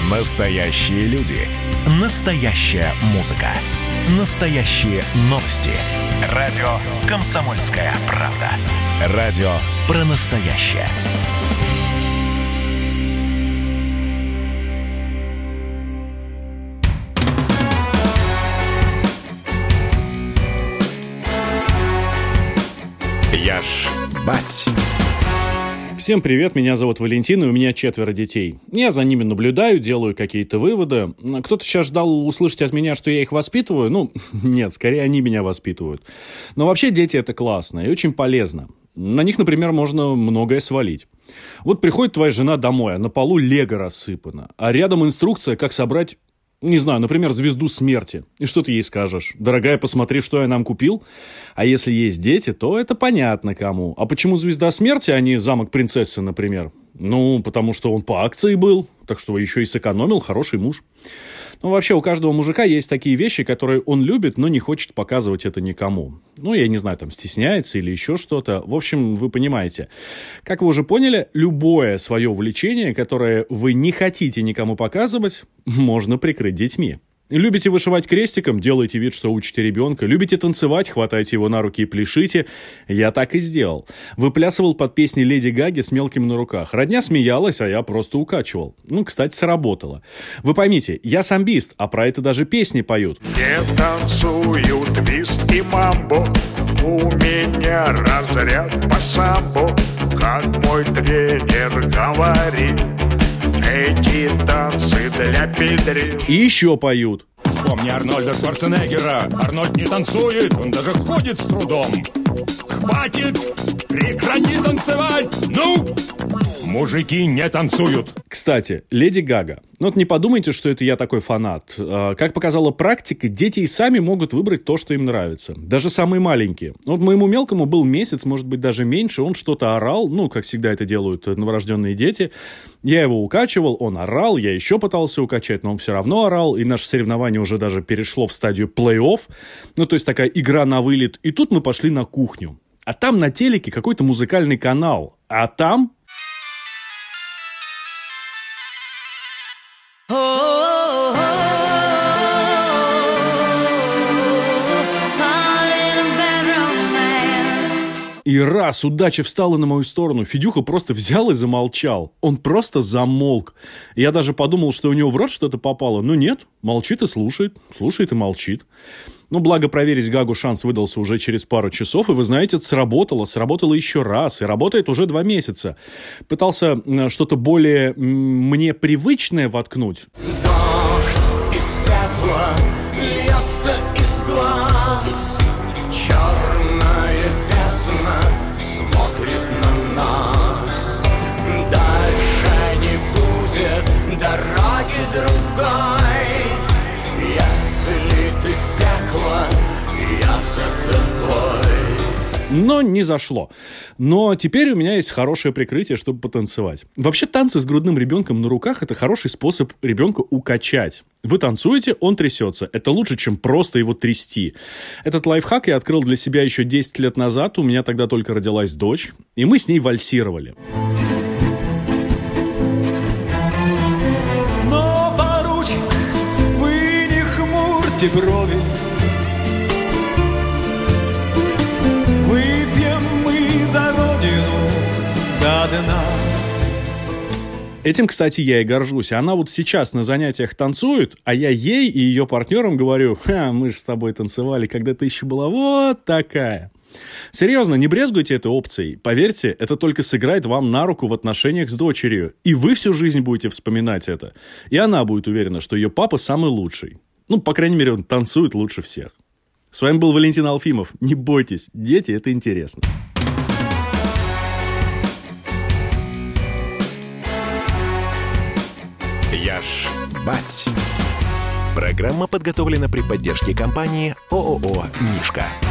Настоящие люди. Настоящая музыка. Настоящие новости. Радио «Комсомольская правда». Радио про настоящее. Я ж бать. Всем привет, меня зовут Валентин, и у меня 4 детей. Я за ними наблюдаю, делаю какие-то выводы. Кто-то сейчас ждал услышать от меня, что я их воспитываю. Ну, нет, скорее они меня воспитывают. Но вообще дети это классно и очень полезно. На них, например, можно многое свалить. Вот приходит твоя жена домой, а на полу лего рассыпано, а рядом инструкция, как собрать, не знаю, например, звезду смерти. И что ты ей скажешь? Дорогая, посмотри, что я нам купил. А если есть дети, то это понятно кому. А почему звезда смерти, а не замок принцессы, например? Ну, потому что он по акции был, так что еще и сэкономил, хороший муж. Ну, вообще, у каждого мужика есть такие вещи, которые он любит, но не хочет показывать это никому. Ну, я не знаю, там, стесняется или еще что-то. В общем, вы понимаете. Как вы уже поняли, любое свое увлечение, которое вы не хотите никому показывать, можно прикрыть детьми. Любите вышивать крестиком? Делайте вид, что учите ребенка. Любите танцевать? Хватайте его на руки и пляшите. Я так и сделал. Выплясывал под песни Леди Гаги с мелким на руках. Родня смеялась, а я просто укачивал. Ну, кстати, сработало. Вы поймите, я самбист, а про это даже песни поют. Не танцую твист и мамбо, у меня разряд по самбо, как мой тренер говорит. Эти танцы для педрил. И еще поют. Вспомни Арнольда Шварценеггера. Арнольд не танцует, он даже ходит с трудом. Хватит! Прекрати танцевать! Ну! Мужики не танцуют. Кстати, Леди Гага. Ну вот не подумайте, что это я такой фанат. Как показала практика, дети и сами могут выбрать то, что им нравится. Даже самые маленькие. Вот моему мелкому был месяц, может быть, даже меньше. Он что-то орал, ну, как всегда это делают новорожденные дети. Я его укачивал, он орал, я еще пытался укачать, но он все равно орал. И наше соревнование уже даже перешло в стадию плей-офф. Ну, то есть такая игра на вылет. И тут мы пошли на кухню. А там на телеке какой-то музыкальный канал. А там... И раз удача встала на мою сторону, Федюха просто взял и замолчал. Он просто замолк. Я даже подумал, что у него в рот что-то попало. Но нет, молчит и слушает. Слушает и молчит. Ну, благо проверить Гагу шанс выдался уже через пару часов. И вы знаете, это сработало. Сработало еще раз. И работает уже 2 месяца. Пытался что-то более мне привычное воткнуть. Дождь из пепла льется из глаз. Черная бездна смотрит на нас. Дальше не будет дороги другой. Если ты в пекло, я за тобой. Но не зашло. Но теперь у меня есть хорошее прикрытие, чтобы потанцевать. Вообще танцы с грудным ребенком на руках – это хороший способ ребенка укачать. Вы танцуете, он трясется. Это лучше, чем просто его трясти. Этот лайфхак я открыл для себя еще 10 лет назад. У меня тогда только родилась дочь. И мы с ней вальсировали. Но, поручик, вы не хмурьте брови. Выпьем мы за родину до дна. Этим, кстати, я и горжусь. Она вот сейчас на занятиях танцует, а я ей и ее партнерам говорю: мы же с тобой танцевали, когда ты еще была вот такая. Серьезно, не брезгуйте этой опцией. Поверьте, это только сыграет вам на руку в отношениях с дочерью. И вы всю жизнь будете вспоминать это. И она будет уверена, что ее папа самый лучший. Ну, по крайней мере, он танцует лучше всех. С вами был Валентин Алфимов. Не бойтесь, дети, это интересно. Я ж бать. Программа подготовлена при поддержке компании ООО «Мишка».